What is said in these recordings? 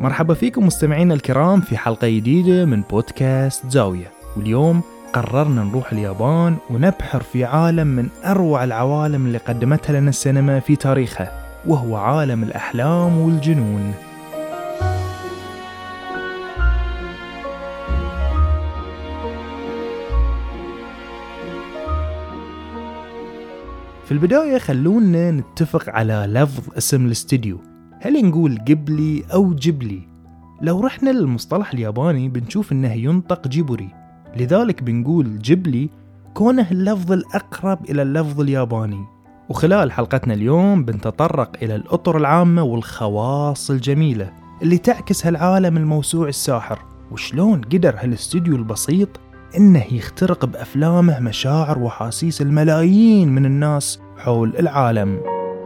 مرحبا فيكم مستمعينا الكرام في حلقة جديدة من بودكاست زاوية. واليوم قررنا نروح اليابان ونبحر في عالم من أروع العوالم اللي قدمتها لنا السينما في تاريخها، وهو عالم الأحلام والجنون. في البداية خلونا نتفق على لفظ اسم الاستديو، هل نقول جيبلي أو جيبلي؟ لو رحنا للمصطلح الياباني بنشوف إنه ينطق جيبوري، لذلك بنقول جيبلي كونه اللفظ الأقرب إلى اللفظ الياباني. وخلال حلقتنا اليوم بنتطرق إلى الأطر العامة والخواص الجميلة اللي تعكس هالعالم الموسوع الساحر، وشلون قدر هالاستديو البسيط إنه يخترق بأفلامه مشاعر وحاسيس الملايين من الناس حول العالم.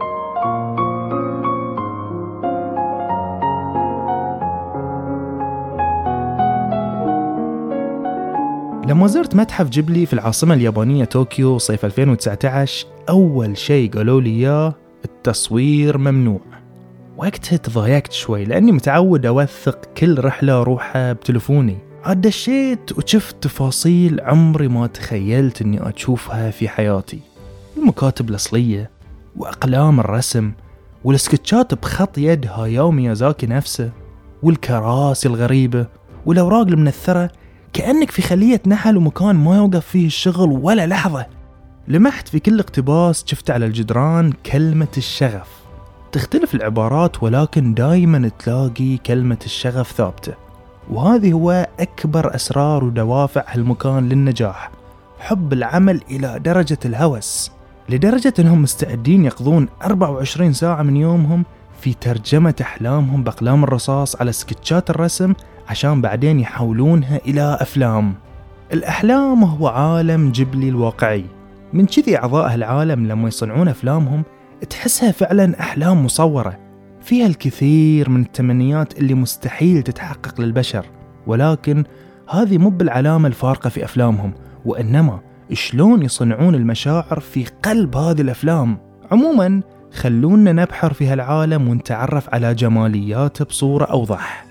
لما زرت متحف جيبلي في العاصمة اليابانية طوكيو صيف 2019 أول شيء قالوا لي إياه التصوير ممنوع. وقتها تضايقت شوي لأني متعود أوثق كل رحلة أروحها بتلفوني، عاد دشيت وشفت تفاصيل عمري ما تخيلت أني أشوفها في حياتي، المكاتب الأصلية وأقلام الرسم والسكتشات بخط يد هاياو ميازاكي نفسه والكراسي الغريبة والأوراق المنثرة، كأنك في خلية نحل ومكان ما يوقف فيه الشغل ولا لحظة. لمحت في كل اقتباس شفت على الجدران كلمة الشغف، تختلف العبارات ولكن دايما تلاقي كلمة الشغف ثابتة. وهذه هو أكبر أسرار ودوافع هالمكان للنجاح، حب العمل إلى درجة الهوس، لدرجة أنهم مستعدين يقضون 24 ساعة من يومهم في ترجمة أحلامهم بأقلام الرصاص على سكتشات الرسم عشان بعدين يحولونها إلى أفلام. الأحلام هو عالم جيبلي الواقعي، من كذي أعضاء العالم لما يصنعون أفلامهم تحسها فعلا أحلام مصورة فيها الكثير من التمنيات اللي مستحيل تتحقق للبشر، ولكن هذه مو بالعلامة الفارقة في أفلامهم، وإنما شلون يصنعون المشاعر في قلب هذه الأفلام. عموما خلونا نبحر في هالعالم ونتعرف على جمالياته بصورة أوضح.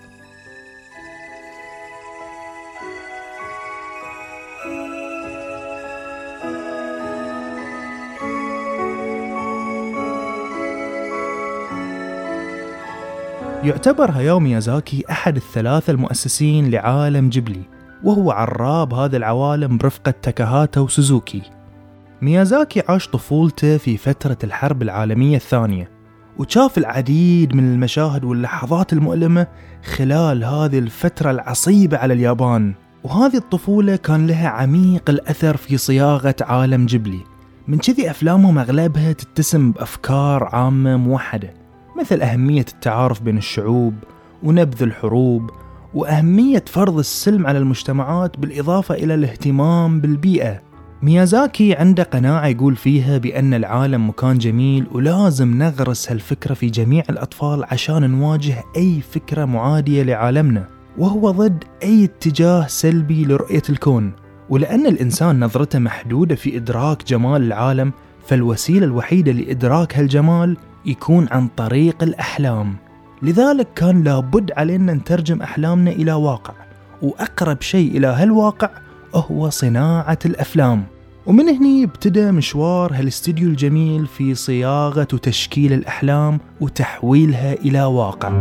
يعتبر هاياو ميازاكي أحد الثلاثة المؤسسين لعالم جيبلي، وهو عراب هذا العوالم برفقة تاكاهاتا وسوزوكي. ميازاكي عاش طفولته في فترة الحرب العالمية الثانية، وشاف العديد من المشاهد واللحظات المؤلمة خلال هذه الفترة العصيبة على اليابان، وهذه الطفولة كان لها عميق الأثر في صياغة عالم جيبلي. من كذي أفلامهم أغلبها تتسم بأفكار عامة موحدة، مثل أهمية التعارف بين الشعوب ونبذ الحروب وأهمية فرض السلم على المجتمعات، بالإضافة إلى الاهتمام بالبيئة. ميازاكي عنده قناعة يقول فيها بأن العالم مكان جميل ولازم نغرس هالفكرة في جميع الأطفال عشان نواجه أي فكرة معادية لعالمنا، وهو ضد أي اتجاه سلبي لرؤية الكون. ولأن الإنسان نظرته محدودة في إدراك جمال العالم، فالوسيلة الوحيدة لإدراك هالجمال يكون عن طريق الأحلام، لذلك كان لابد علينا نترجم أحلامنا إلى واقع، وأقرب شيء إلى هالواقع هو صناعة الأفلام. ومن هنا ابتدى مشوار هالاستديو الجميل في صياغة وتشكيل الأحلام وتحويلها إلى واقع.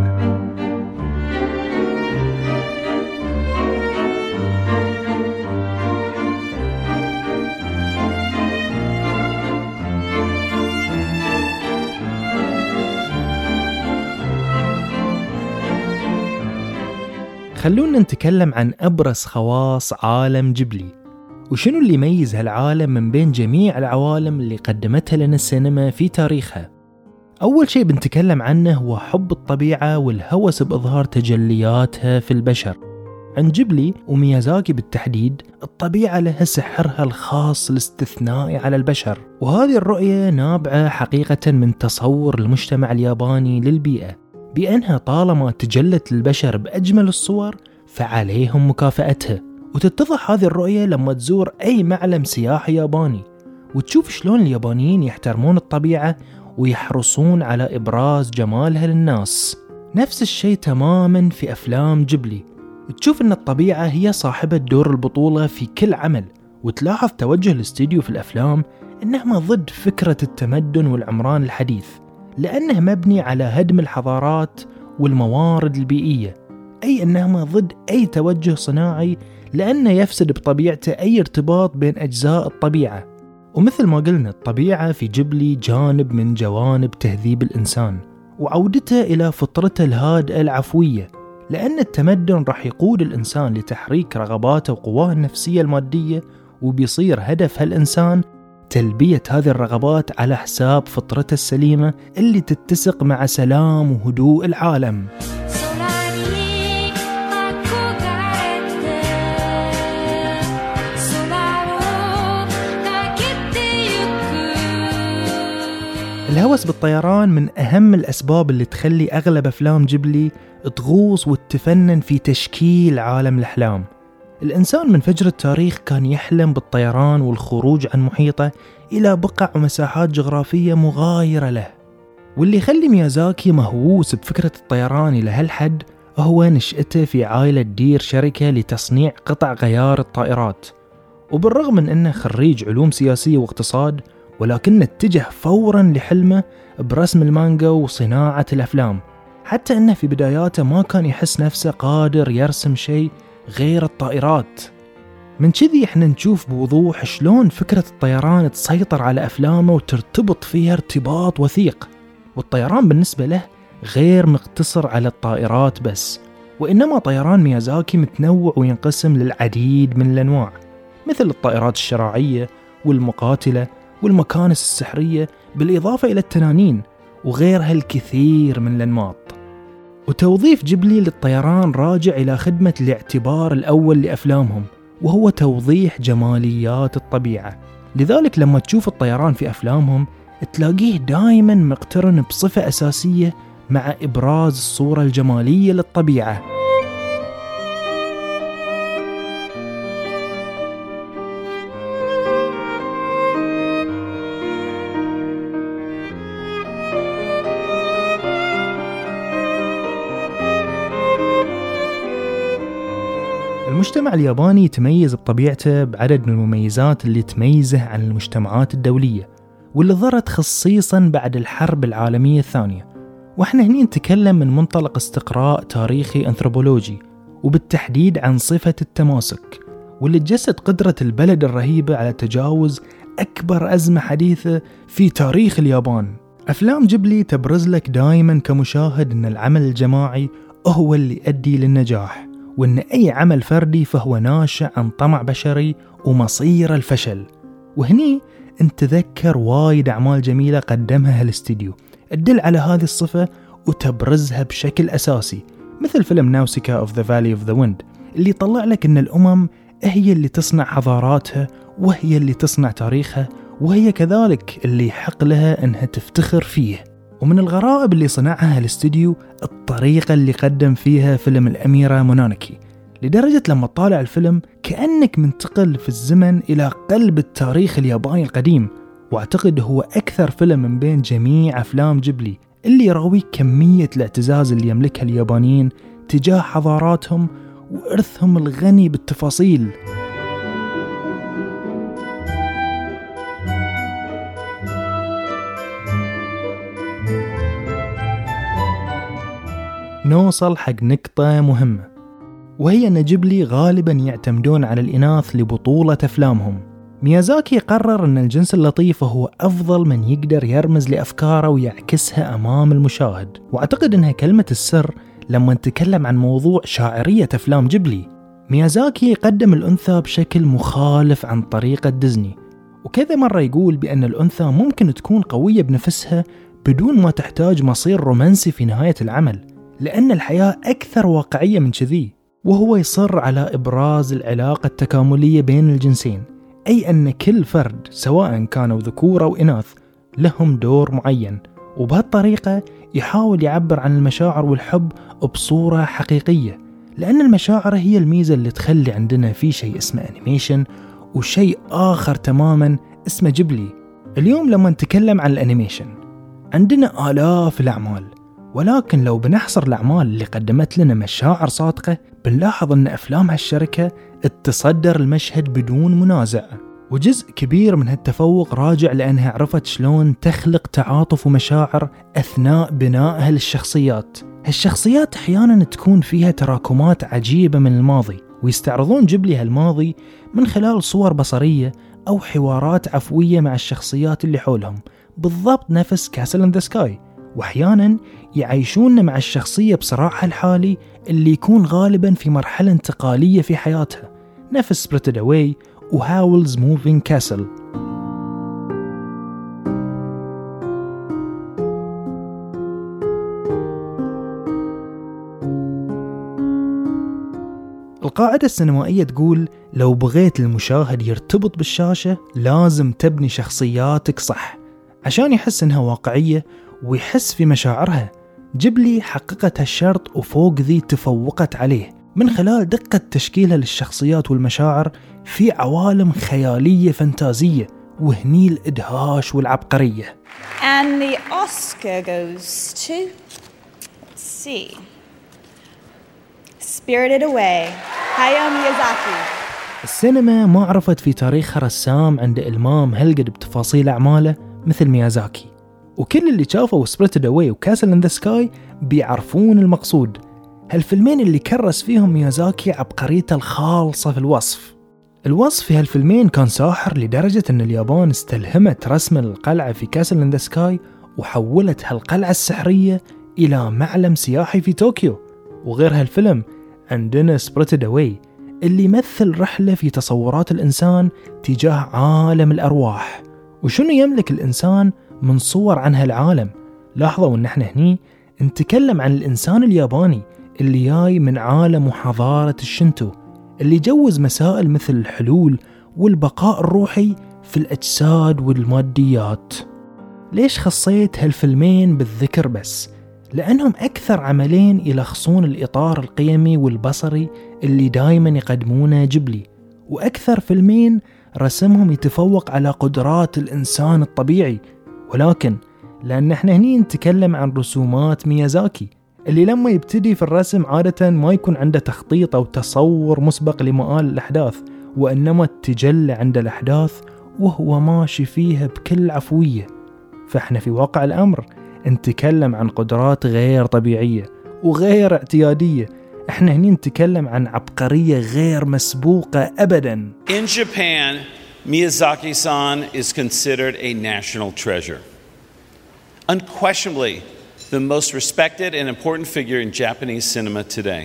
خلونا نتكلم عن أبرز خواص عالم جيبلي، وشنو اللي يميز هالعالم من بين جميع العوالم اللي قدمتها لنا السينما في تاريخها. أول شيء بنتكلم عنه هو حب الطبيعة والهوس بإظهار تجلياتها في البشر. عند جيبلي وميازاكي بالتحديد الطبيعة لها سحرها الخاص الاستثنائي على البشر، وهذه الرؤية نابعة حقيقة من تصور المجتمع الياباني للبيئة، بأنها طالما تجلت للبشر بأجمل الصور فعليهم مكافأتها. وتتضح هذه الرؤية لما تزور أي معلم سياحي ياباني وتشوف شلون اليابانيين يحترمون الطبيعة ويحرصون على إبراز جمالها للناس. نفس الشيء تماما في أفلام جيبلي، تشوف أن الطبيعة هي صاحبة دور البطولة في كل عمل، وتلاحظ توجه الاستديو في الأفلام أنه ضد فكرة التمدن والعمران الحديث، لأنه مبني على هدم الحضارات والموارد البيئية، أي أنه ضد أي توجه صناعي لأنه يفسد بطبيعته أي ارتباط بين أجزاء الطبيعة. ومثل ما قلنا الطبيعة في جيبلي جانب من جوانب تهذيب الإنسان وعودته إلى فطرته الهادئة العفوية، لأن التمدن راح يقود الإنسان لتحريك رغباته وقواه النفسية المادية، وبيصير هدف هالإنسان تلبية هذه الرغبات على حساب فطرته السليمة اللي تتسق مع سلام وهدوء العالم. الهوس بالطيران من أهم الأسباب اللي تخلي أغلب أفلام جيبلي تغوص وتتفنن في تشكيل عالم الأحلام. الإنسان من فجر التاريخ كان يحلم بالطيران والخروج عن محيطه إلى بقع ومساحات جغرافية مغايرة له، واللي يخلي ميازاكي مهووس بفكرة الطيران إلى هالحد هو نشأته في عائلة تدير شركة لتصنيع قطع غيار الطائرات. وبالرغم من أنه خريج علوم سياسية واقتصاد، ولكنه اتجه فوراً لحلمه برسم المانجا وصناعة الأفلام، حتى أنه في بداياته ما كان يحس نفسه قادر يرسم شيء غير الطائرات. من كذي احنا نشوف بوضوح شلون فكرة الطيران تسيطر على أفلامه وترتبط فيها ارتباط وثيق. والطيران بالنسبة له غير مقتصر على الطائرات بس، وإنما طيران ميازاكي متنوع وينقسم للعديد من الأنواع، مثل الطائرات الشراعية والمقاتلة والمكانس السحرية، بالإضافة إلى التنانين وغيرها الكثير من الأنماط. وتوظيف جيبلي للطيران راجع إلى خدمة الاعتبار الأول لأفلامهم، وهو توضيح جماليات الطبيعة. لذلك لما تشوف الطيران في أفلامهم تلاقيه دائما مقترن بصفة أساسية مع إبراز الصورة الجمالية للطبيعة. المجتمع الياباني يتميز بطبيعته بعدد من المميزات اللي تميزه عن المجتمعات الدولية، واللي ظهرت خصيصا بعد الحرب العالمية الثانية. واحنا هنا نتكلم من منطلق استقراء تاريخي أنثروبولوجي، وبالتحديد عن صفة التماسك، واللي تجسد قدرة البلد الرهيبة على تجاوز أكبر أزمة حديثة في تاريخ اليابان. أفلام جيبلي تبرز لك دائما كمشاهد أن العمل الجماعي هو اللي يؤدي للنجاح، وأن أي عمل فردي فهو ناشئ عن طمع بشري ومصير الفشل. وهني نتذكر وايد أعمال جميلة قدمها هالاستديو تدل على هذه الصفة وتبرزها بشكل أساسي، مثل فيلم ناوسيكا of the Valley of the Wind، اللي يطلع لك أن الأمم هي اللي تصنع حضاراتها، وهي اللي تصنع تاريخها، وهي كذلك اللي يحق لها أنها تفتخر فيه. ومن الغرائب اللي صنعها الاستديو الطريقة اللي قدم فيها فيلم الأميرة مونونوكي، لدرجة لما طالع الفيلم كأنك منتقل في الزمن إلى قلب التاريخ الياباني القديم. واعتقد هو أكثر فيلم من بين جميع أفلام جيبلي اللي يراوي كمية الاعتزاز اللي يملكها اليابانيين تجاه حضاراتهم وإرثهم الغني بالتفاصيل. نوصل حق نقطة مهمة، وهي أن جيبلي غالبا يعتمدون على الإناث لبطولة أفلامهم. ميازاكي قرر أن الجنس اللطيف هو أفضل من يقدر يرمز لأفكاره ويعكسها أمام المشاهد، وأعتقد أنها كلمة السر لما نتكلم عن موضوع شاعرية أفلام جيبلي. ميازاكي قدم الأنثى بشكل مخالف عن طريقة ديزني، وكذا مرة يقول بأن الأنثى ممكن تكون قوية بنفسها بدون ما تحتاج مصير رومانسي في نهاية العمل، لأن الحياة أكثر واقعية من كذي. وهو يصر على إبراز العلاقة التكاملية بين الجنسين، أي أن كل فرد سواء كانوا ذكور أو إناث لهم دور معين، وبهالطريقة يحاول يعبر عن المشاعر والحب بصورة حقيقية، لأن المشاعر هي الميزة اللي تخلي عندنا في شيء اسمه أنيميشن وشيء آخر تماما اسمه جيبلي. اليوم لما نتكلم عن الأنيميشن عندنا آلاف الأعمال، ولكن لو بنحصر الأعمال اللي قدمت لنا مشاعر صادقة بنلاحظ أن أفلام هالشركة تتصدر المشهد بدون منازع، وجزء كبير من هالتفوق راجع لأنها عرفت شلون تخلق تعاطف ومشاعر أثناء بنائها للشخصيات. هالشخصيات أحيانا تكون فيها تراكمات عجيبة من الماضي، ويستعرضون جيبلي هالماضي من خلال صور بصرية أو حوارات عفوية مع الشخصيات اللي حولهم، بالضبط نفس كاسل إن ذا سكاي. وأحيانا يعيشون مع الشخصية بصراعها الحالي اللي يكون غالبا في مرحلة انتقالية في حياتها، نفس Spirited Away وهاولز موفينج كاسل. القاعدة السينمائية تقول لو بغيت المشاهد يرتبط بالشاشة لازم تبني شخصياتك صح عشان يحس انها واقعية ويحس في مشاعرها. جيبلي حققت هالشرط وفوق ذي تفوقت عليه من خلال دقة تشكيلها للشخصيات والمشاعر في عوالم خيالية فانتازية، وهني الإدهاش والعبقرية. And the Oscar goes to, let's see, Spirited Away, Hayao Miyazaki. السينما ما عرفت في تاريخها رسام عنده إلمام هالقد بتفاصيل أعماله مثل ميازاكي، وكل اللي شافوا Spirited Away وكاسل إن ذا سكاي بيعرفون المقصود. هالفيلمين اللي كرس فيهم ميازاكي عبقريته الخالصة في الوصف في هالفيلمين كان ساحر لدرجة أن اليابان استلهمت رسم القلعة في كاسل إن ذا سكاي وحولت هالقلعة السحرية إلى معلم سياحي في طوكيو. وغير هالفيلم عندنا Spirited Away اللي يمثل رحلة في تصورات الإنسان تجاه عالم الأرواح وشنو يملك الإنسان من صور عن هالعالم. لاحظوا أن احنا هني نتكلم عن الإنسان الياباني اللي جاي من عالم وحضارة الشنتو، اللي يجوز مسائل مثل الحلول والبقاء الروحي في الأجساد والماديات. ليش خصيت هالفيلمين بالذكر بس؟ لأنهم أكثر عملين يلخصون الإطار القيمي والبصري اللي دايما يقدمونه جيبلي، وأكثر فيلمين رسمهم يتفوق على قدرات الإنسان الطبيعي. ولكن لأن احنا هني نتكلم عن رسومات ميازاكي اللي لما يبتدي في الرسم عادة ما يكون عنده تخطيط أو تصور مسبق لمآل الأحداث، وإنما تجلى عند الأحداث وهو ماشي فيها بكل عفوية. فإحنا في واقع الأمر نتكلم عن قدرات غير طبيعية وغير اعتيادية. إحنا هني نتكلم عن عبقرية غير مسبوقة أبدا. In Japan, Miyazaki-san is considered a national treasure. Unquestionably, the most respected and important figure in Japanese cinema today.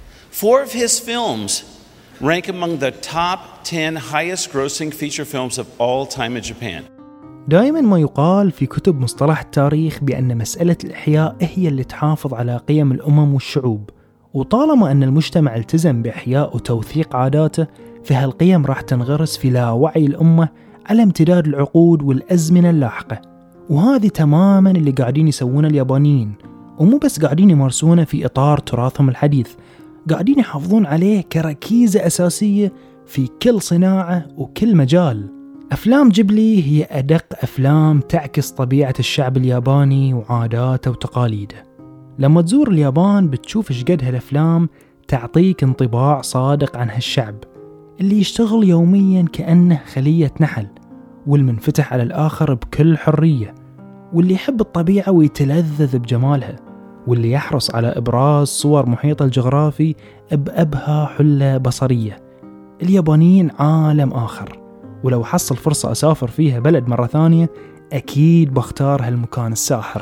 4 of his films rank among the top 10 highest grossing feature films of all time in Japan. دائما ما يقال في كتب مصطلح التاريخ بأن مسألة الإحياء هي اللي تحافظ على قيم الأمم والشعوب، وطالما أن المجتمع التزم بإحياء وتوثيق عاداته فهالقيم راح تنغرس في لاوعي الأمة على امتداد العقود والأزمنة اللاحقة. وهذه تماما اللي قاعدين يسوونه اليابانيين، ومو بس قاعدين يمارسونه في إطار تراثهم الحديث، قاعدين يحافظون عليه كركيزة أساسية في كل صناعة وكل مجال. أفلام جيبلي هي أدق أفلام تعكس طبيعة الشعب الياباني وعاداته وتقاليده. لما تزور اليابان بتشوف إيش قد هالأفلام تعطيك انطباع صادق عن هالشعب اللي يشتغل يوميا كأنه خلية نحل، والمنفتح على الآخر بكل حرية، واللي يحب الطبيعة ويتلذذ بجمالها، واللي يحرص على إبراز صور محيطه الجغرافي بأبهى حلة بصرية. اليابانيين عالم آخر، ولو حصل فرصة أسافر فيها بلد مرة ثانية أكيد بختار هالمكان الساحر.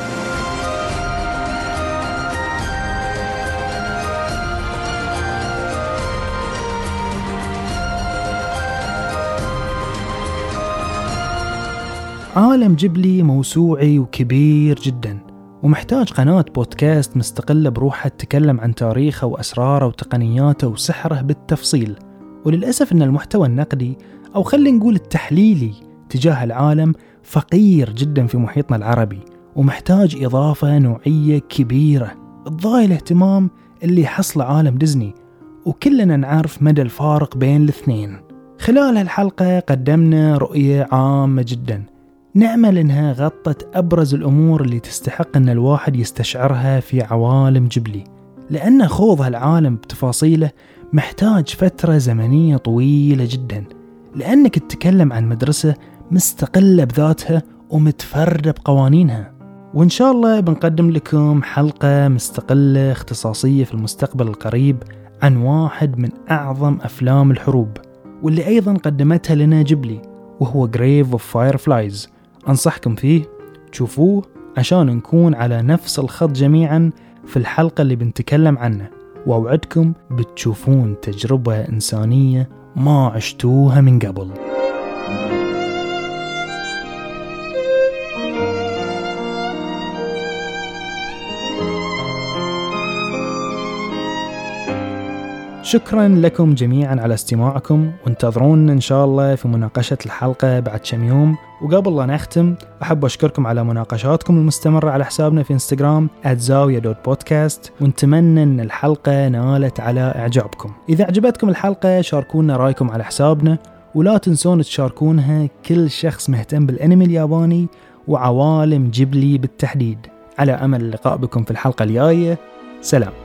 عالم جيبلي موسوعي وكبير جدا، ومحتاج قناة بودكاست مستقلة بروحها تتكلم عن تاريخه وأسراره وتقنياته وسحره بالتفصيل. وللأسف أن المحتوى النقدي أو خلينا نقول التحليلي تجاه العالم فقير جدا في محيطنا العربي، ومحتاج إضافة نوعية كبيرة تضاهي الاهتمام اللي حصل عالم ديزني، وكلنا نعرف مدى الفارق بين الاثنين. خلال هالحلقة قدمنا رؤية عامة جدا نأمل إنها غطت أبرز الأمور اللي تستحق إن الواحد يستشعرها في عوالم جيبلي، لأن خوض هالعالم بتفاصيله محتاج فترة زمنية طويلة جدا، لأنك تتكلم عن مدرسة مستقلة بذاتها ومتفردة بقوانينها. وإن شاء الله بنقدم لكم حلقة مستقلة اختصاصية في المستقبل القريب عن واحد من أعظم أفلام الحروب، واللي أيضا قدمتها لنا جيبلي، وهو Grave of Fireflies. أنصحكم فيه تشوفوه عشان نكون على نفس الخط جميعا في الحلقة اللي بنتكلم عنه، وأوعدكم بتشوفون تجربة إنسانية ما عشتوها من قبل. شكرا لكم جميعا على استماعكم، وانتظرونا إن شاء الله في مناقشة الحلقة بعد كم يوم. وقبل لا نختم أحب أشكركم على مناقشاتكم المستمرة على حسابنا في انستغرام @zawia.podcast، ونتمنى أن الحلقة نالت على إعجابكم. إذا عجبتكم الحلقة شاركونا رأيكم على حسابنا، ولا تنسون تشاركونها كل شخص مهتم بالأنمي الياباني وعوالم جيبلي بالتحديد. على أمل اللقاء بكم في الحلقة الجاية. سلام.